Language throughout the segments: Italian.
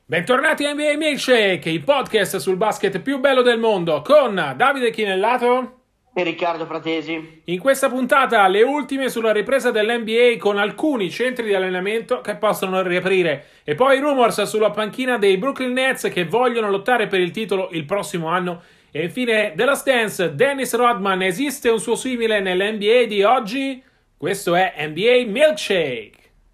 Bentornati a NBA Milkshake, il podcast sul basket più bello del mondo, con Davide Chinellato e Riccardo Fratesi. In questa puntata le ultime sulla ripresa dell'NBA, con alcuni centri di allenamento che possono riaprire, e poi rumors sulla panchina dei Brooklyn Nets che vogliono lottare per il titolo il prossimo anno. E infine The Last Dance, Dennis Rodman, esiste un suo simile nell'NBA di oggi? Questo è NBA Milkshake.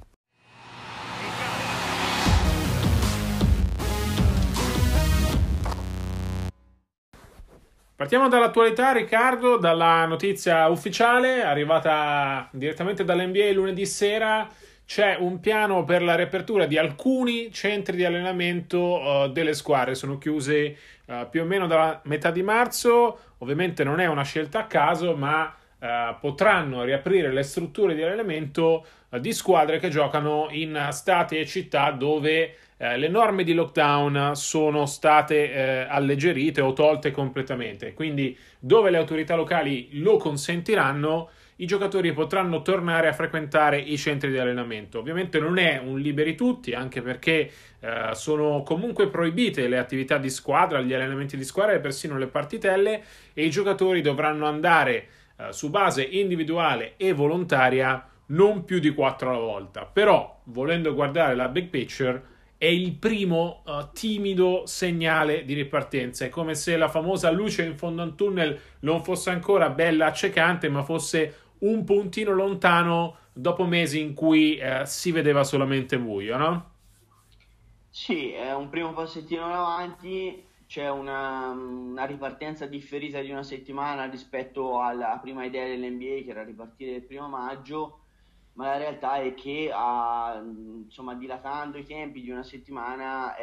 Partiamo dall'attualità, Riccardo, dalla notizia ufficiale arrivata direttamente dall'NBA lunedì sera. C'è un piano per la riapertura di alcuni centri di allenamento delle squadre. Sono chiuse più o meno dalla metà di marzo. Ovviamente non è una scelta a caso, ma potranno riaprire le strutture di allenamento di squadre che giocano in stati e città dove le norme di lockdown sono state alleggerite o tolte completamente. Quindi dove le autorità locali lo consentiranno, i giocatori potranno tornare a frequentare i centri di allenamento. Ovviamente non è un liberi tutti, anche perché sono comunque proibite le attività di squadra, gli allenamenti di squadra e persino le partitelle, e i giocatori dovranno andare su base individuale e volontaria non più di 4 alla volta. Però, volendo guardare la big picture, è il primo timido segnale di ripartenza. È come se la famosa luce in fondo a un tunnel non fosse ancora bella accecante, ma fosse un puntino lontano dopo mesi in cui si vedeva solamente buio, no? Sì, è un primo passettino in avanti. C'è una ripartenza differita di una settimana rispetto alla prima idea dell'NBA, che era ripartire il 1 maggio, ma la realtà è che dilatando i tempi di una settimana,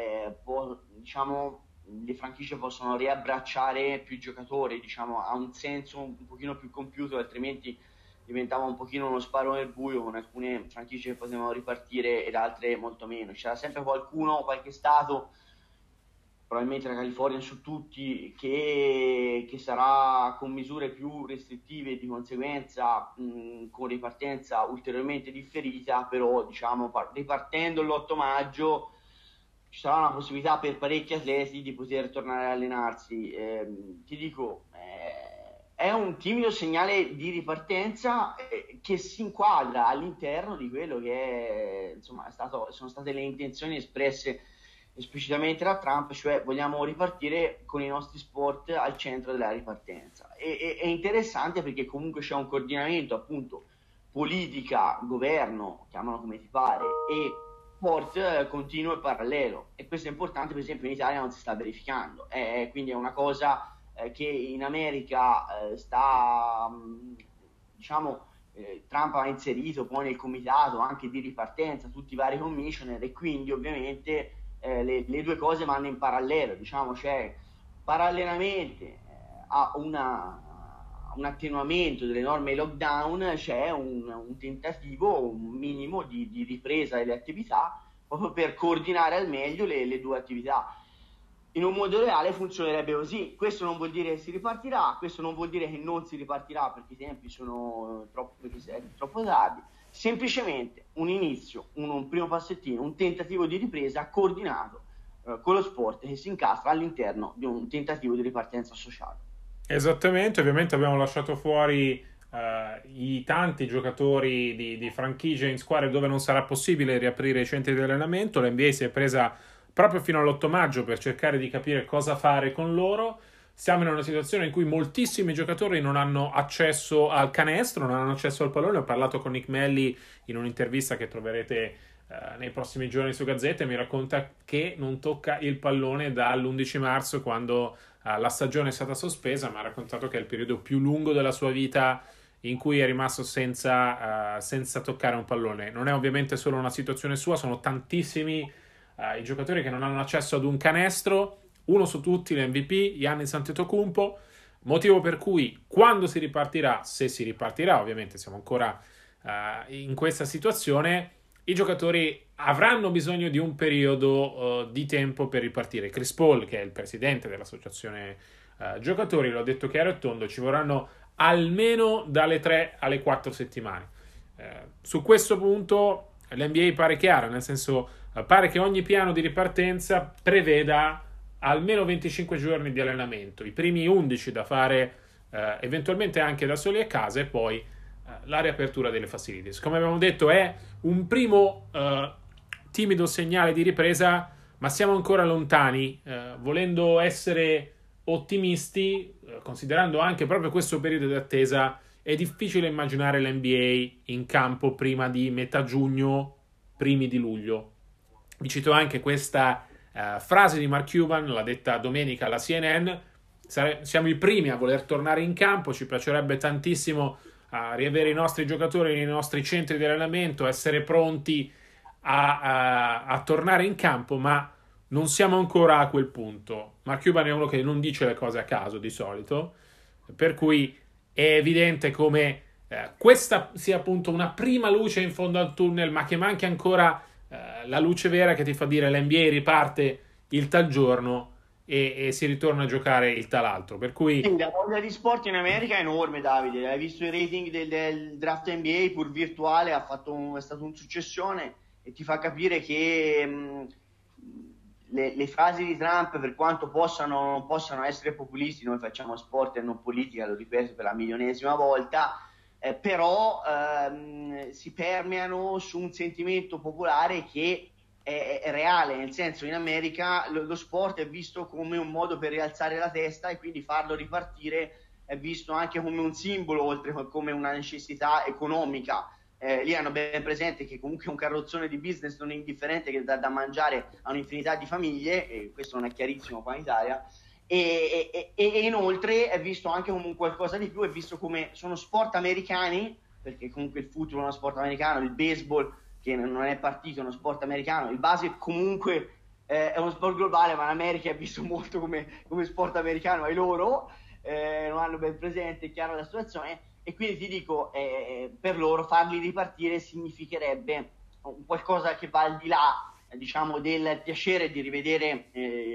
le franchigie possono riabbracciare più giocatori, ha un senso un pochino più compiuto, altrimenti diventava un pochino uno sparo nel buio, con alcune franchigie che potevano ripartire ed altre molto meno. C'era sempre qualche stato, probabilmente la California su tutti, che sarà con misure più restrittive, di conseguenza con ripartenza ulteriormente differita. Però ripartendo l'8 maggio ci sarà una possibilità per parecchi atleti di poter tornare a allenarsi. Ti dico, è un timido segnale di ripartenza che si inquadra all'interno di quello che sono state le intenzioni espresse esplicitamente da Trump, cioè vogliamo ripartire con i nostri sport al centro della ripartenza. È interessante perché comunque c'è un coordinamento, appunto, politica, governo, chiamano come ti pare, e sport continuo e parallelo, e questo è importante. Per esempio in Italia non si sta verificando, quindi è una cosa che in America Trump ha inserito poi nel comitato anche di ripartenza tutti i vari commissioner, e quindi ovviamente le due cose vanno in parallelo. C'è parallelamente a un attenuamento delle norme lockdown, c'è un tentativo, un minimo di ripresa delle attività, proprio per coordinare al meglio le due attività. In un mondo reale funzionerebbe così. Questo non vuol dire che si ripartirà, questo non vuol dire che non si ripartirà perché i tempi sono troppo tardi. Semplicemente un inizio, un primo passettino, un tentativo di ripresa coordinato con lo sport, che si incastra all'interno di un tentativo di ripartenza sociale. Esattamente, ovviamente abbiamo lasciato fuori i tanti giocatori di franchigie in squadre dove non sarà possibile riaprire i centri di allenamento. L'NBA si è presa proprio fino all'8 maggio per cercare di capire cosa fare con loro. Siamo in una situazione in cui moltissimi giocatori non hanno accesso al canestro, non hanno accesso al pallone. Ho parlato con Nick Melli in un'intervista che troverete nei prossimi giorni su Gazzetta, e mi racconta che non tocca il pallone dall'11 marzo, quando la stagione è stata sospesa. Mi ha raccontato che è il periodo più lungo della sua vita in cui è rimasto senza toccare un pallone. Non è ovviamente solo una situazione sua, sono tantissimi i giocatori che non hanno accesso ad un canestro. Uno su tutti, l'MVP, Giannis Antetokounmpo, motivo per cui quando si ripartirà, se si ripartirà, ovviamente siamo ancora in questa situazione, i giocatori avranno bisogno di un periodo di tempo per ripartire. Chris Paul, che è il presidente dell'associazione giocatori, lo ha detto chiaro e tondo: ci vorranno almeno dalle 3 alle 4 settimane. Su questo punto l'NBA pare chiara, nel senso pare che ogni piano di ripartenza preveda almeno 25 giorni di allenamento, i primi 11 da fare eventualmente anche da soli a casa e poi la riapertura delle facilities. Come abbiamo detto è un primo timido segnale di ripresa, ma siamo ancora lontani, volendo essere ottimisti, considerando anche proprio questo periodo di attesa, è difficile immaginare l'NBA in campo prima di metà giugno, primi di luglio. Vi cito anche questa frase di Mark Cuban, l'ha detta domenica alla CNN: siamo i primi a voler tornare in campo, ci piacerebbe tantissimo riavere i nostri giocatori nei nostri centri di allenamento, essere pronti a tornare in campo, ma non siamo ancora a quel punto. Mark Cuban è uno che non dice le cose a caso di solito, per cui è evidente come questa sia appunto una prima luce in fondo al tunnel, ma che manchi ancora la luce vera che ti fa dire l'NBA riparte il tal giorno e si ritorna a giocare il tal altro. Per cui la voglia di sport in America è enorme, Davide. Hai visto i rating del draft NBA, pur virtuale, è stato un successone, e ti fa capire che le frasi di Trump, per quanto possano essere populisti, noi facciamo sport e non politica, lo ripeto per la milionesima volta, però si permeano su un sentimento popolare che è reale, nel senso, in America lo sport è visto come un modo per rialzare la testa, e quindi farlo ripartire è visto anche come un simbolo, oltre che come una necessità economica. Lì hanno ben presente che comunque un carrozzone di business non è indifferente, che dà da mangiare a un'infinità di famiglie, e questo non è chiarissimo qua in Italia, e inoltre è visto anche come un qualcosa di più, è visto come sono sport americani, perché comunque il football è uno sport americano, il baseball, che non è partito, è uno sport americano, il basket comunque è uno sport globale, ma l'America è visto molto come sport americano, e loro non hanno ben presente, è chiaro la situazione. E quindi ti dico, per loro farli ripartire significherebbe qualcosa che va al di là, diciamo, del piacere di rivedere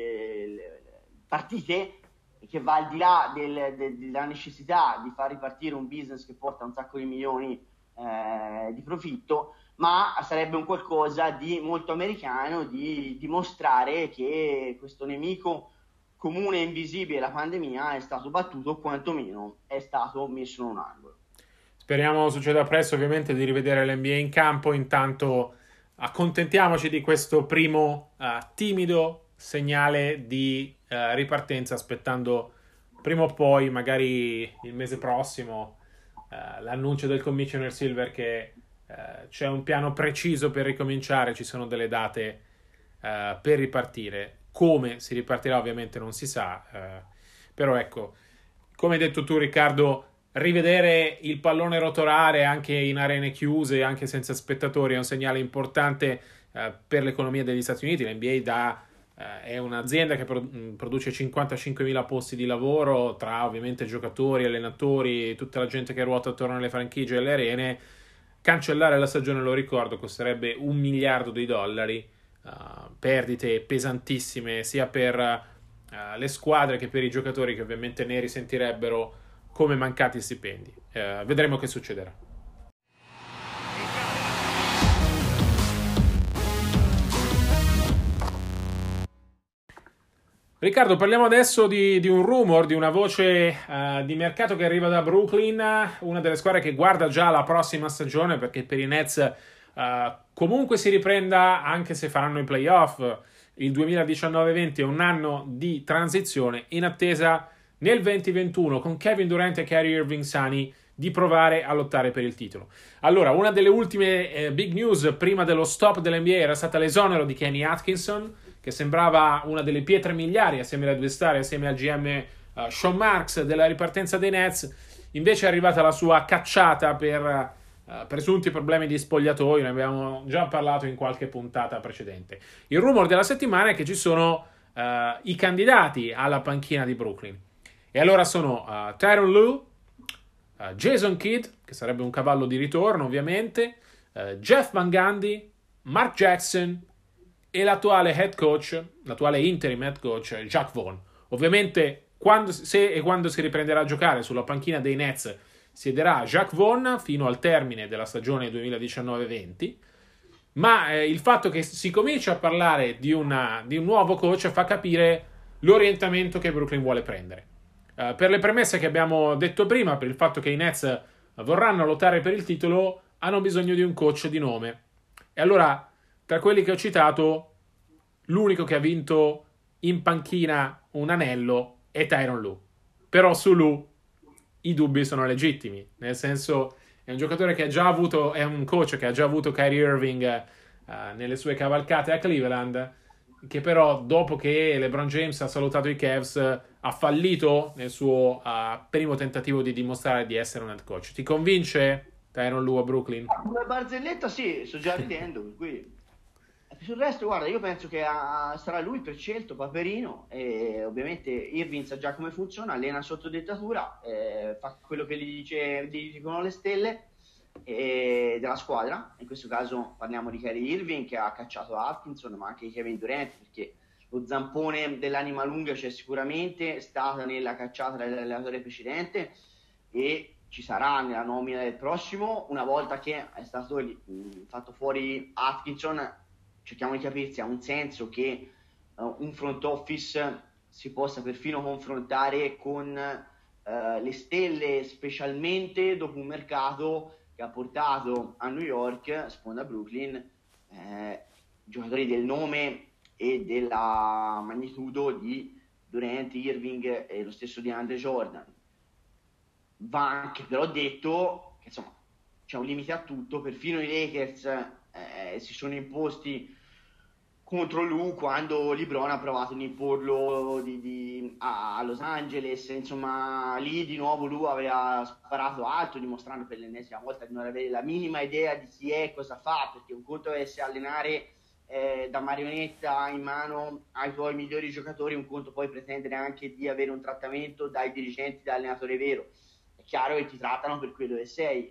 partite, che va al di là della necessità di far ripartire un business che porta un sacco di milioni di profitto, ma sarebbe un qualcosa di molto americano, di dimostrare che questo nemico comune e invisibile, la pandemia, è stato battuto, o quantomeno è stato messo in un angolo. speriamo succeda presto, ovviamente, di rivedere l'NBA in campo. Intanto accontentiamoci di questo primo timido segnale di ripartenza, aspettando prima o poi, magari il mese prossimo, l'annuncio del Commissioner Silver che c'è un piano preciso per ricominciare, ci sono delle date per ripartire. Come si ripartirà ovviamente non si sa, però ecco, come hai detto tu, Riccardo, rivedere il pallone rotolare anche in arene chiuse, anche senza spettatori, è un segnale importante per l'economia degli Stati Uniti. L'NBA è un'azienda che produce 55.000 posti di lavoro, tra ovviamente giocatori, allenatori, tutta la gente che ruota attorno alle franchigie e alle arene. Cancellare la stagione, lo ricordo, costerebbe $1 miliardo, perdite pesantissime sia per le squadre che per i giocatori, che ovviamente ne risentirebbero come mancati stipendi. Vedremo che succederà. Riccardo, parliamo adesso di un rumor, di una voce di mercato che arriva da Brooklyn, una delle squadre che guarda già la prossima stagione, perché per i Nets comunque si riprenda, anche se faranno i playoff. Il 2019-20 è un anno di transizione, in attesa nel 2021 con Kevin Durant e Kyrie Irving sani di provare a lottare per il titolo. Allora, una delle ultime big news prima dello stop dell'NBA era stata l'esonero di Kenny Atkinson, che sembrava una delle pietre miliari assieme alle due star, assieme al GM Sean Marks, della ripartenza dei Nets. Invece è arrivata la sua cacciata per presunti problemi di spogliatoio, ne abbiamo già parlato in qualche puntata precedente. Il rumor della settimana è che ci sono i candidati alla panchina di Brooklyn, e allora sono Tyronn Lue, Jason Kidd, che sarebbe un cavallo di ritorno ovviamente, Jeff Van Gundy, Mark Jackson e l'attuale interim head coach Jacque Vaughn. Ovviamente quando si riprenderà a giocare sulla panchina dei Nets siederà Jacque Vaughn fino al termine della stagione 2019-20. Ma il fatto che si comincia a parlare di un nuovo coach fa capire l'orientamento che Brooklyn vuole prendere. Per le premesse che abbiamo detto prima, per il fatto che i Nets vorranno lottare per il titolo, hanno bisogno di un coach di nome. E allora, tra quelli che ho citato, l'unico che ha vinto in panchina un anello è Tyronn Lue. Però su Lue i dubbi sono legittimi, nel senso è un giocatore che ha già avuto, è un coach che ha già avuto Kyrie Irving nelle sue cavalcate a Cleveland, che però dopo che LeBron James ha salutato i Cavs ha fallito nel suo primo tentativo di dimostrare di essere un head coach. Ti convince Tyronn Lue a Brooklyn? Come barzelletta sì, sto già ridendo, per cui... Sul resto, guarda, io penso che sarà lui per scelto, Paperino, e ovviamente Irving sa già come funziona, allena sotto dettatura, fa quello che gli dicono le stelle della squadra. In questo caso parliamo di Kyrie Irving, che ha cacciato Atkinson, ma anche Kevin Durant, perché lo zampone dell'anima lunga c'è sicuramente, è stata nella cacciata dell'allenatore precedente e ci sarà nella nomina del prossimo. Una volta che è stato fatto fuori Atkinson, cerchiamo di capirsi, ha un senso che un front office si possa perfino confrontare con le stelle, specialmente dopo un mercato che ha portato a New York, sponda Brooklyn, giocatori del nome e della magnitudo di Durant, Irving e lo stesso di Andre Jordan. Va anche però detto che insomma c'è un limite a tutto, perfino i Lakers si sono imposti contro lui quando LeBron ha provato ad imporlo a Los Angeles. Insomma, lì di nuovo lui aveva sparato alto, dimostrando per l'ennesima volta di non avere la minima idea di chi è, cosa fa, perché un conto è essere allenare da marionetta in mano ai tuoi migliori giocatori, un conto poi pretendere anche di avere un trattamento dai dirigenti, da allenatore vero. È chiaro che ti trattano per quello che sei,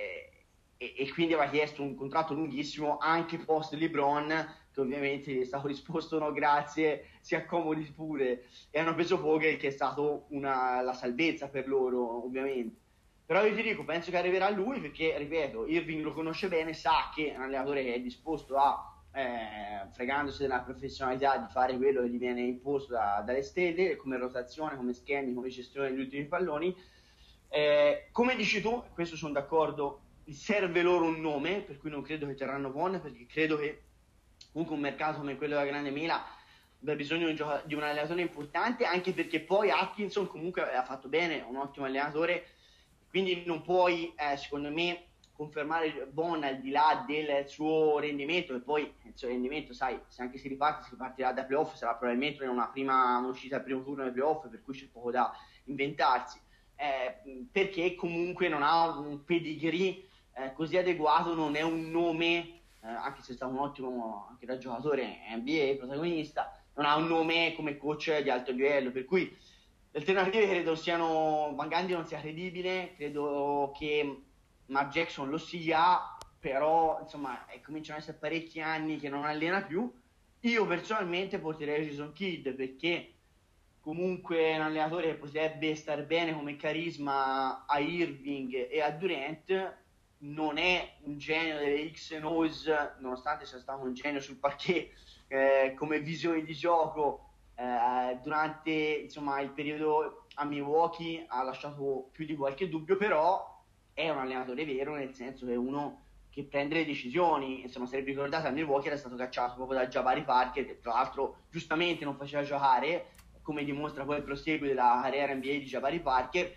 e quindi aveva chiesto un contratto lunghissimo anche post LeBron, che ovviamente gli è stato risposto no grazie, si accomodi pure, e hanno preso Vogel, che è stato la salvezza per loro ovviamente. Però io ti dico, penso che arriverà lui, perché ripeto, Irving lo conosce bene, sa che è un allenatore che è disposto a fregandosi della professionalità di fare quello che gli viene imposto dalle stelle, come rotazione, come schemi, come gestione degli ultimi palloni. Come dici tu, questo sono d'accordo, serve loro un nome, per cui non credo che terranno Von, perché credo che comunque un mercato come quello della Grande Mela abbia bisogno di un allenatore importante, anche perché poi Atkinson comunque ha fatto bene, è un ottimo allenatore, quindi non puoi secondo me confermare Von al di là del suo rendimento, e poi il suo rendimento, sai, se anche si ripartirà da playoff, sarà probabilmente una prima uscita al primo turno dei playoff, per cui c'è poco da inventarsi, perché comunque non ha un pedigree così adeguato, non è un nome, anche se è stato un ottimo anche da giocatore NBA, protagonista, non ha un nome come coach di alto livello, per cui le alternative credo siano, Van Gundy non sia credibile, credo che Mark Jackson lo sia, però insomma cominciano ad essere parecchi anni che non allena più. Io personalmente porterei Jason Kidd, perché comunque è un allenatore che potrebbe stare bene come carisma a Irving e a Durant, non è un genio delle X and O's, nonostante sia stato un genio sul parquet come visione di gioco. Durante insomma il periodo a Milwaukee ha lasciato più di qualche dubbio, però è un allenatore vero, nel senso che è uno che prende le decisioni. Insomma, sarebbe ricordato, a Milwaukee era stato cacciato proprio da Jabari Parker, che tra l'altro giustamente non faceva giocare, come dimostra poi il proseguo della carriera NBA di Jabari Parker,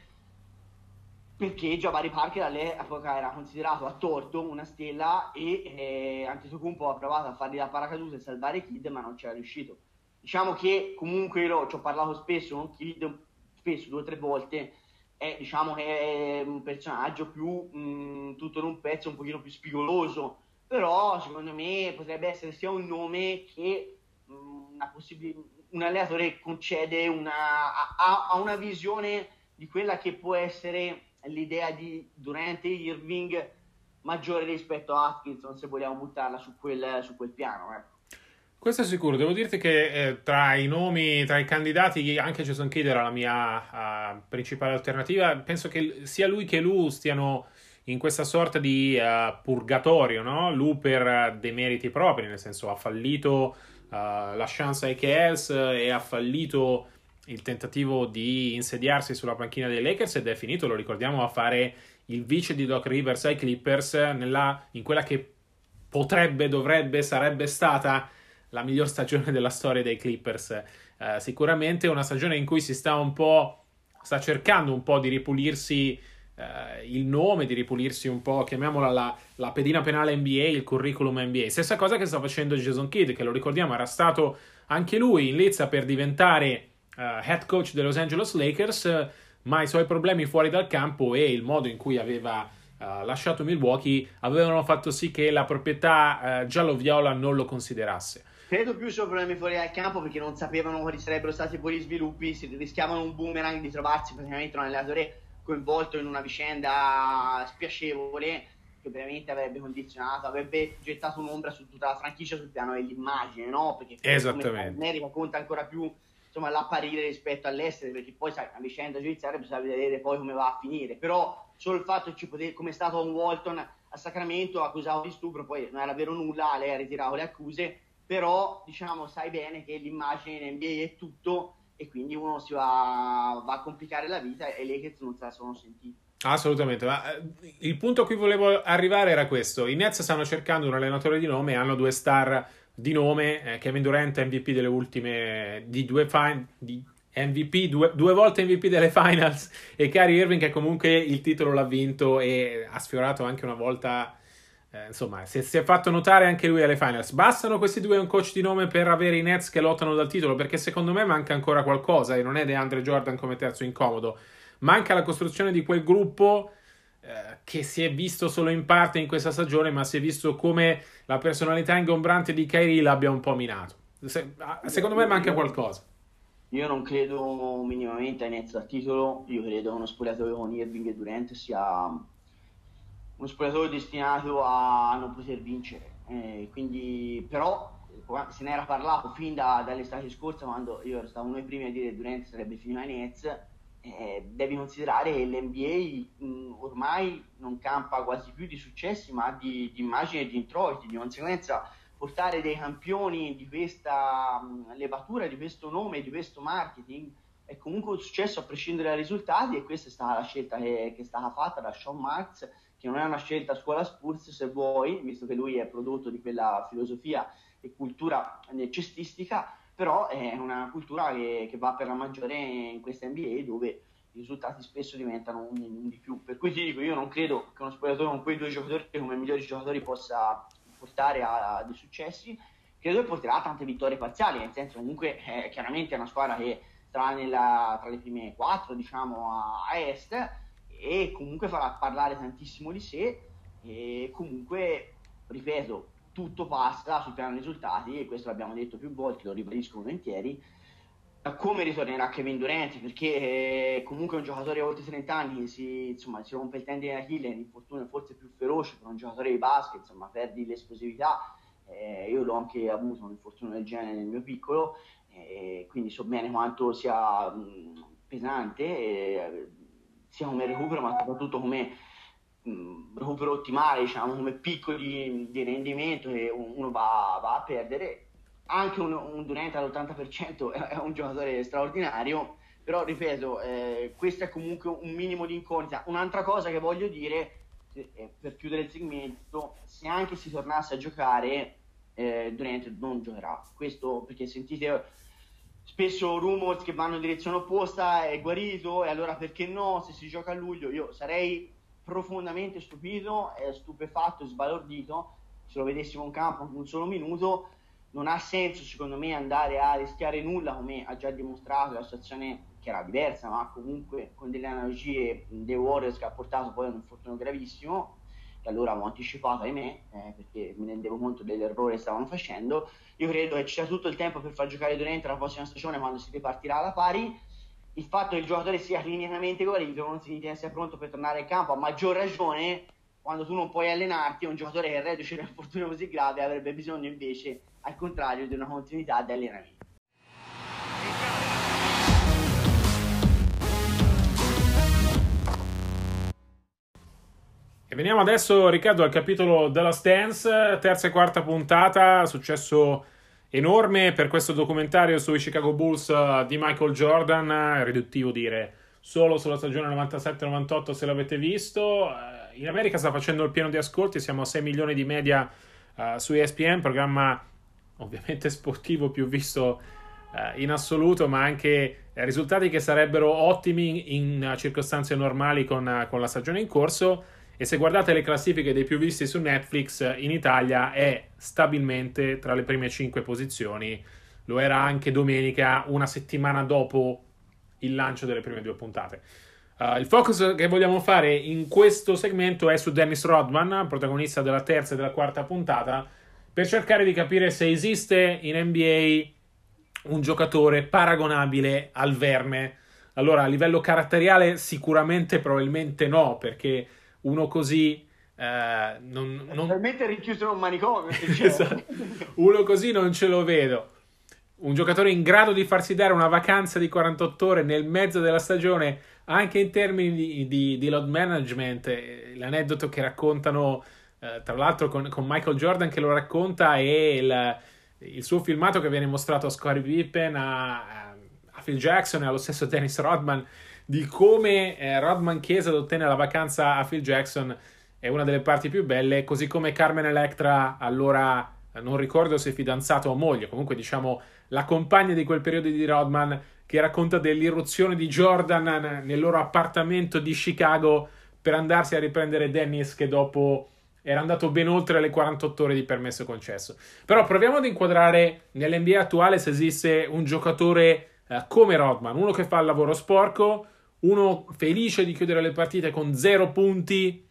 perché Jabari Parker all'epoca era considerato a torto una stella, e Antetokounmpo ha provato a fargli la paracadute e salvare Kidd, ma non c'era riuscito. Diciamo che comunque ci ho parlato spesso con Kidd, spesso 2 o 3 volte, diciamo che è un personaggio più tutto in un pezzo, un pochino più spigoloso, però secondo me potrebbe essere sia un nome che un allenatore che concede ha una visione di quella che può essere l'idea di Durant e Irving maggiore rispetto a Atkinson, se vogliamo buttarla su quel piano. Questo è sicuro. Devo dirti che tra i nomi, tra i candidati, anche Jason Kidd era la mia principale alternativa. Penso che sia lui che Lue stiano in questa sorta di purgatorio, no? Lui per demeriti propri, nel senso ha fallito la chance ai Cavs e ha fallito il tentativo di insediarsi sulla panchina dei Lakers ed è finito, lo ricordiamo, a fare il vice di Doc Rivers ai Clippers in quella che potrebbe, dovrebbe, sarebbe stata la miglior stagione della storia dei Clippers. Sicuramente una stagione in cui sta cercando un po' di ripulirsi il nome, di ripulirsi un po', chiamiamola la pedina penale NBA, il curriculum NBA. Stessa cosa che sta facendo Jason Kidd, che lo ricordiamo era stato anche lui in lizza per diventare head coach dei Los Angeles Lakers, ma i suoi problemi fuori dal campo e il modo in cui aveva lasciato Milwaukee avevano fatto sì che la proprietà giallo-viola non lo considerasse. Credo più sui problemi fuori dal campo, perché non sapevano quali sarebbero stati poi gli sviluppi, si rischiavano un boomerang di trovarsi praticamente un allenatore coinvolto in una vicenda spiacevole che ovviamente avrebbe condizionato, avrebbe gettato un'ombra su tutta la franchigia sul piano dell'immagine, no? Perché esattamente, in America conta ancora più, insomma, l'apparire rispetto all'estero, perché poi sai, la vicenda giudiziaria bisogna vedere poi come va a finire, però solo il fatto che come è stato un Walton a Sacramento accusato di stupro, poi non era vero nulla, lei ha ritirato le accuse, però diciamo sai bene che l'immagine in NBA è tutto e quindi uno si va a complicare la vita e i Lakers non se la sono sentiti. Assolutamente, ma il punto a cui volevo arrivare era questo: i Nets stanno cercando un allenatore di nome, hanno due star di nome, Kevin Durant MVP delle ultime MVP, due volte MVP delle finals, e Kyrie Irving che comunque il titolo l'ha vinto e ha sfiorato anche una volta, insomma si è fatto notare anche lui alle finals. Bastano questi due un coach di nome per avere i Nets che lottano dal titolo? Perché secondo me manca ancora qualcosa e non è DeAndre Jordan come terzo incomodo, manca la costruzione di quel gruppo che si è visto solo in parte in questa stagione, ma si è visto come la personalità ingombrante di Kyrie l'abbia un po' minato. Secondo me manca qualcosa. Io non credo minimamente ai Nets al titolo, io credo che uno spogliatoio con Irving e Durant sia uno spogliatoio destinato a non poter vincere, quindi però se ne era parlato fin dall'estate scorsa, quando io stavo uno dei primi a dire che Durant sarebbe finito ai Nets. Devi considerare che l'NBA ormai non campa quasi più di successi ma di immagini e di introiti, di conseguenza portare dei campioni di questa levatura, di questo nome, di questo marketing è comunque un successo a prescindere dai risultati, e questa è stata la scelta che è stata fatta da Sean Marks, che non è una scelta a scuola Spurs se vuoi, visto che lui è prodotto di quella filosofia e cultura cestistica, però è una cultura che va per la maggiore in questa NBA, dove i risultati spesso diventano un di più. Per cui ti dico, io non credo che uno spogliatoio con quei due giocatori come migliori giocatori possa portare a dei successi. Credo che porterà a tante vittorie parziali, nel senso comunque chiaramente è una squadra che sarà tra le prime 4, diciamo, a est, e comunque farà parlare tantissimo di sé, e comunque, ripeto, tutto passa sul piano dei risultati, e questo l'abbiamo detto più volte, lo ribadisco volentieri, da come ritornerà Kevin Durant, perché comunque è un giocatore a oltre 30 anni, si rompe il tendine d'Achille, un infortunio forse più feroce per un giocatore di basket, insomma perdi l'esplosività, io l'ho anche avuto un infortunio del genere nel mio piccolo, quindi so bene quanto sia pesante, sia come recupero ma soprattutto come recupero ottimale, diciamo, come picco di rendimento che uno va a perdere. Anche un Durant all'80% è un giocatore straordinario, però ripeto, questo è comunque un minimo di incognita. Un'altra cosa che voglio dire, per chiudere il segmento: se anche si tornasse a giocare, Durant non giocherà. Questo perché sentite spesso rumors che vanno in direzione opposta, è guarito e allora perché no, se si gioca a luglio. Io sarei profondamente stupito, stupefatto e sbalordito se lo vedessimo in campo un solo minuto. Non ha senso secondo me andare a rischiare nulla, come ha già dimostrato la situazione, che era diversa ma comunque con delle analogie dei Warriors, che ha portato poi a un infortunio gravissimo, che allora avevo anticipato, ahimè, perché mi rendevo conto dell'errore che stavano facendo. Io credo che ci sia tutto il tempo per far giocare Durant la prossima stagione, quando si ripartirà alla pari. Il fatto che il giocatore sia clinicamente guarito non significa che sia pronto per tornare in campo, a maggior ragione quando tu non puoi allenarti. Un giocatore che reduce un infortunio così grave avrebbe bisogno invece, al contrario, di una continuità di allenamento. E veniamo adesso, Riccardo, al capitolo The Last Dance, terza e quarta puntata, successo enorme per questo documentario sui Chicago Bulls di Michael Jordan, è riduttivo dire solo sulla stagione 97-98 se l'avete visto. In America sta facendo il pieno di ascolti, siamo a 6 milioni di media su ESPN, programma ovviamente sportivo più visto in assoluto, ma anche risultati che sarebbero ottimi in circostanze normali con la stagione in corso. E se guardate le classifiche dei più visti su Netflix, in Italia è stabilmente tra le prime 5 posizioni. Lo era anche domenica, una settimana dopo il lancio delle prime 2 puntate. Il focus che vogliamo fare in questo segmento è su Dennis Rodman, protagonista della terza e della quarta puntata, per cercare di capire se esiste in NBA un giocatore paragonabile al Verme. Allora, a livello caratteriale sicuramente probabilmente no, perché uno così probabilmente rinchiuso in un manicomio. Esatto. Uno così non ce lo vedo. Un giocatore in grado di farsi dare una vacanza di 48 ore nel mezzo della stagione, anche in termini di load management. L'aneddoto che raccontano tra l'altro con Michael Jordan che lo racconta, e il suo filmato che viene mostrato a Scottie Pippen, a Phil Jackson e allo stesso Dennis Rodman, di come Rodman chiese ad ottenere la vacanza a Phil Jackson, è una delle parti più belle, così come Carmen Electra, allora non ricordo se fidanzato o moglie, comunque diciamo la compagna di quel periodo di Rodman, che racconta dell'irruzione di Jordan nel loro appartamento di Chicago per andarsi a riprendere Dennis, che dopo era andato ben oltre le 48 ore di permesso concesso. Però proviamo ad inquadrare nell'NBA attuale se esiste un giocatore come Rodman, uno che fa il lavoro sporco, uno felice di chiudere le partite con 0 punti,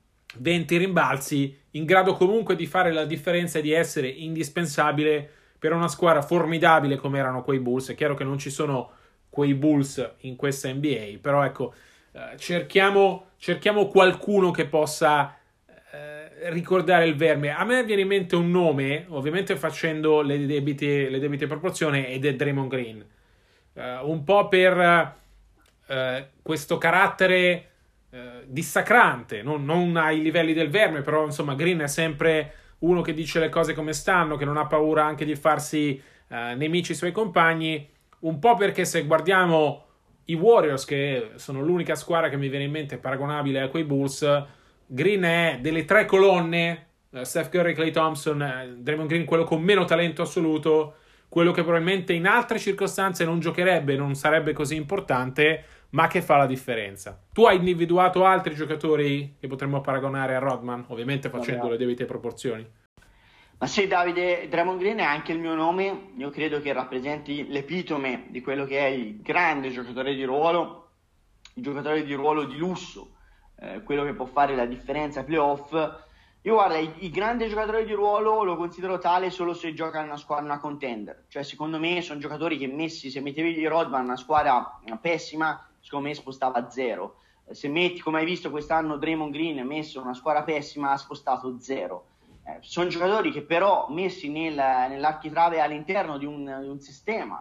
20 rimbalzi, in grado comunque di fare la differenza e di essere indispensabile per una squadra formidabile come erano quei Bulls. È chiaro che non ci sono quei Bulls in questa NBA, però ecco, cerchiamo qualcuno che possa ricordare il Verme. A me viene in mente un nome, ovviamente facendo le debite proporzioni, ed è Draymond Green. Un po' per questo carattere dissacrante, non ai livelli del Verme, però insomma Green è sempre uno che dice le cose come stanno, che non ha paura anche di farsi nemici suoi compagni, un po' perché se guardiamo i Warriors, che sono l'unica squadra che mi viene in mente paragonabile a quei Bulls, Green è delle 3 colonne, Steph Curry, Klay Thompson, Draymond Green quello con meno talento assoluto, quello che probabilmente in altre circostanze non giocherebbe, non sarebbe così importante, ma che fa la differenza. Tu hai individuato altri giocatori che potremmo paragonare a Rodman, ovviamente facendo le debite proporzioni? Ma sì, Davide, Draymond Green è anche il mio nome. Io credo che rappresenti l'epitome di quello che è il grande giocatore di ruolo, il giocatore di ruolo di lusso, quello che può fare la differenza ai playoff. Io guarda, il grande giocatore di ruolo lo considero tale solo se gioca in una squadra, una contender. Cioè, secondo me sono giocatori che messi, se mettevi di Rodman in una squadra pessima, secondo me spostava a 0. Se metti, come hai visto quest'anno, Draymond Green messo in una squadra pessima, ha spostato 0. Sono giocatori che però messi nell'architrave all'interno di un sistema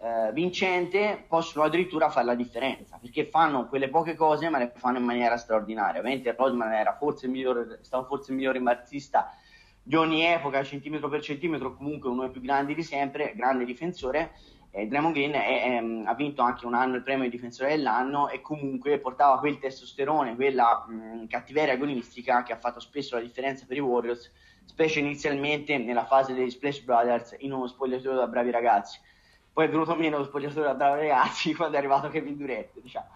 vincente possono addirittura fare la differenza, perché fanno quelle poche cose ma le fanno in maniera straordinaria. Ovviamente Rodman era stato forse il migliore rimbalzista di ogni epoca, centimetro per centimetro, comunque uno dei più grandi di sempre, grande difensore. Draymond Green ha vinto anche un anno il premio di difensore dell'anno e comunque portava quel testosterone, quella cattiveria agonistica che ha fatto spesso la differenza per i Warriors, specie inizialmente nella fase dei Splash Brothers in uno spogliatoio da bravi ragazzi. Poi è venuto meno lo spogliatoio da bravi ragazzi quando è arrivato Kevin Durant,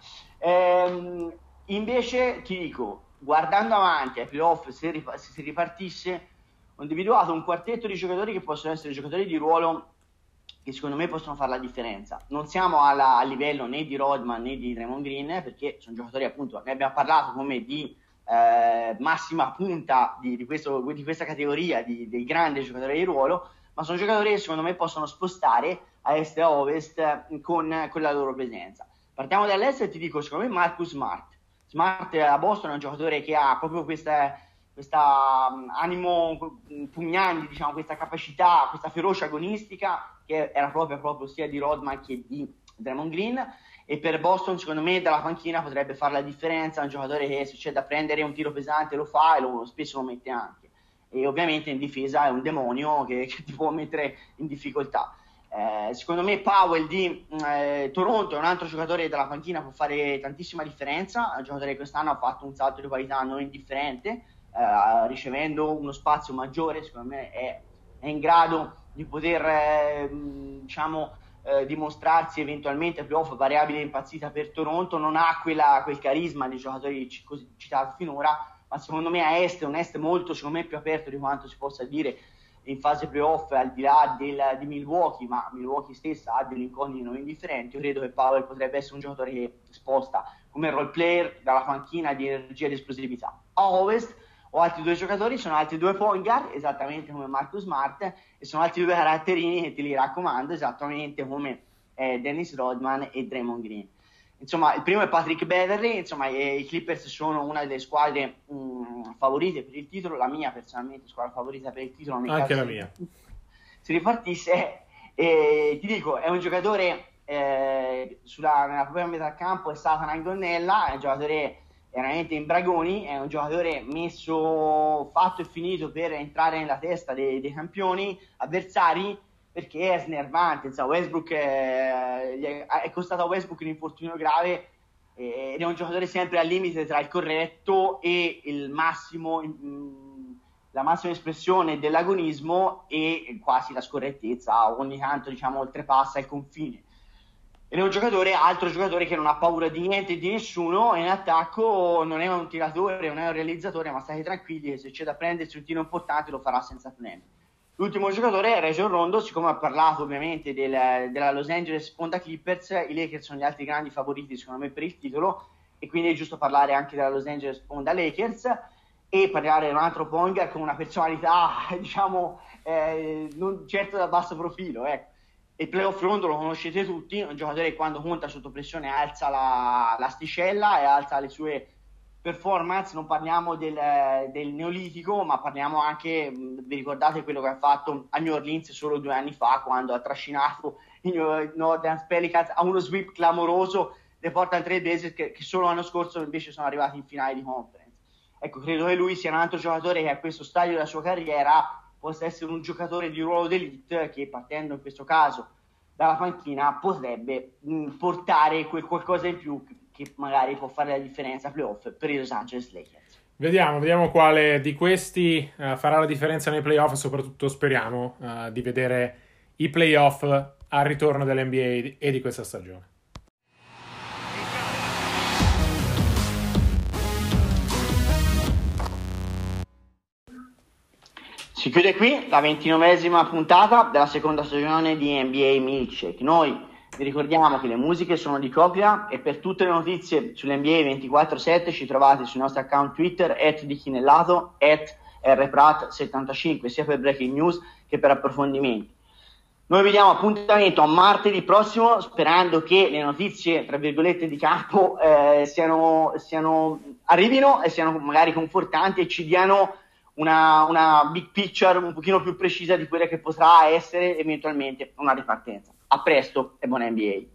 diciamo. Invece ti dico, guardando avanti ai playoff, se si ripartisse, ho individuato un quartetto di giocatori che possono essere giocatori di ruolo che secondo me possono fare la differenza. Non siamo a livello né di Rodman né di Draymond Green, perché sono giocatori, appunto, ne abbiamo parlato come di massima punta di questa categoria dei grandi giocatori di ruolo, ma sono giocatori che secondo me possono spostare a est e a ovest con la loro presenza. Partiamo dall'est e ti dico, secondo me Marcus Smart a Boston è un giocatore che ha proprio questa animo pugnante, diciamo, questa capacità, questa ferocia agonistica che era proprio sia di Rodman che di Draymond Green. E per Boston, secondo me, dalla panchina potrebbe fare la differenza. Un giocatore che, se c'è da prendere un tiro pesante, lo fa, e spesso lo mette anche. E ovviamente in difesa è un demonio che ti può mettere in difficoltà. Secondo me Powell di Toronto è un altro giocatore che dalla panchina può fare tantissima differenza. È un giocatore che quest'anno ha fatto un salto di qualità non indifferente, ricevendo uno spazio maggiore. Secondo me è in grado di poter dimostrarsi eventualmente playoff. Variabile impazzita per Toronto, non ha quel carisma dei giocatori citati finora, ma secondo me a est è un est molto, secondo me, più aperto di quanto si possa dire in fase playoff, al di là di Milwaukee, ma Milwaukee stessa ha delle incognite non indifferenti. Io credo che Powell potrebbe essere un giocatore che sposta come role player dalla panchina di energia e di esplosività. A ovest ho altri due giocatori, sono altri due point guard, esattamente come Marcus Smart, e sono altri due caratterini che te li raccomando, esattamente come Dennis Rodman e Draymond Green. Insomma, il primo è Patrick Beverley. Insomma, i Clippers sono una delle squadre favorite per il titolo, la mia personalmente squadra favorita per il titolo. Anche la mia. Si ripartisse, ti dico, è un giocatore nella propria metà campo è stata una gonnella, è un giocatore veramente in bragoni, è un giocatore messo, fatto e finito per entrare nella testa dei campioni avversari, perché è snervante. Insomma, Westbrook è costato a Westbrook un infortunio grave, ed è un giocatore sempre al limite tra il corretto e il massimo, la massima espressione dell'agonismo e quasi la scorrettezza. Ogni tanto, diciamo, oltrepassa il confine. Ed è un altro giocatore che non ha paura di niente e di nessuno, e in attacco non è un tiratore, non è un realizzatore, ma state tranquilli che se c'è da prendersi un tiro importante lo farà senza problemi. L'ultimo giocatore è Rajon Rondo. Siccome ha parlato ovviamente della Los Angeles sponda Clippers, i Lakers sono gli altri grandi favoriti secondo me per il titolo, e quindi è giusto parlare anche della Los Angeles sponda Lakers e parlare di un altro point guard con una personalità, diciamo, non certo da basso profilo, ecco. Il playoff Rondo lo conoscete tutti, è un giocatore che quando conta sotto pressione alza l'asticella e alza le sue performance. Non parliamo del neolitico, ma parliamo anche, vi ricordate quello che ha fatto a New Orleans solo 2 anni fa, quando ha trascinato i New Orleans Pelicans a uno sweep clamoroso dei Portland Trail Blazers, che solo l'anno scorso invece sono arrivati in finale di conference. Ecco, credo che lui sia un altro giocatore che a questo stadio della sua carriera possa essere un giocatore di ruolo d'elite, che partendo in questo caso dalla panchina potrebbe portare quel qualcosa in più che magari può fare la differenza playoff per i Los Angeles Lakers. Vediamo quale di questi farà la differenza nei playoff. Soprattutto speriamo di vedere i playoff al ritorno dell'NBA e di questa stagione. Si chiude qui la 29esima puntata della seconda stagione di NBA Milkshake. Noi vi ricordiamo che le musiche sono di copia, e per tutte le notizie sull'NBA 24/7 ci trovate sui nostri account Twitter @dichinellato, @rprat75, sia per breaking news che per approfondimenti. Noi vi diamo appuntamento a martedì prossimo, sperando che le notizie, tra virgolette, di campo arrivino e siano magari confortanti e ci diano una big picture un pochino più precisa di quella che potrà essere eventualmente una ripartenza. A presto e buona NBA.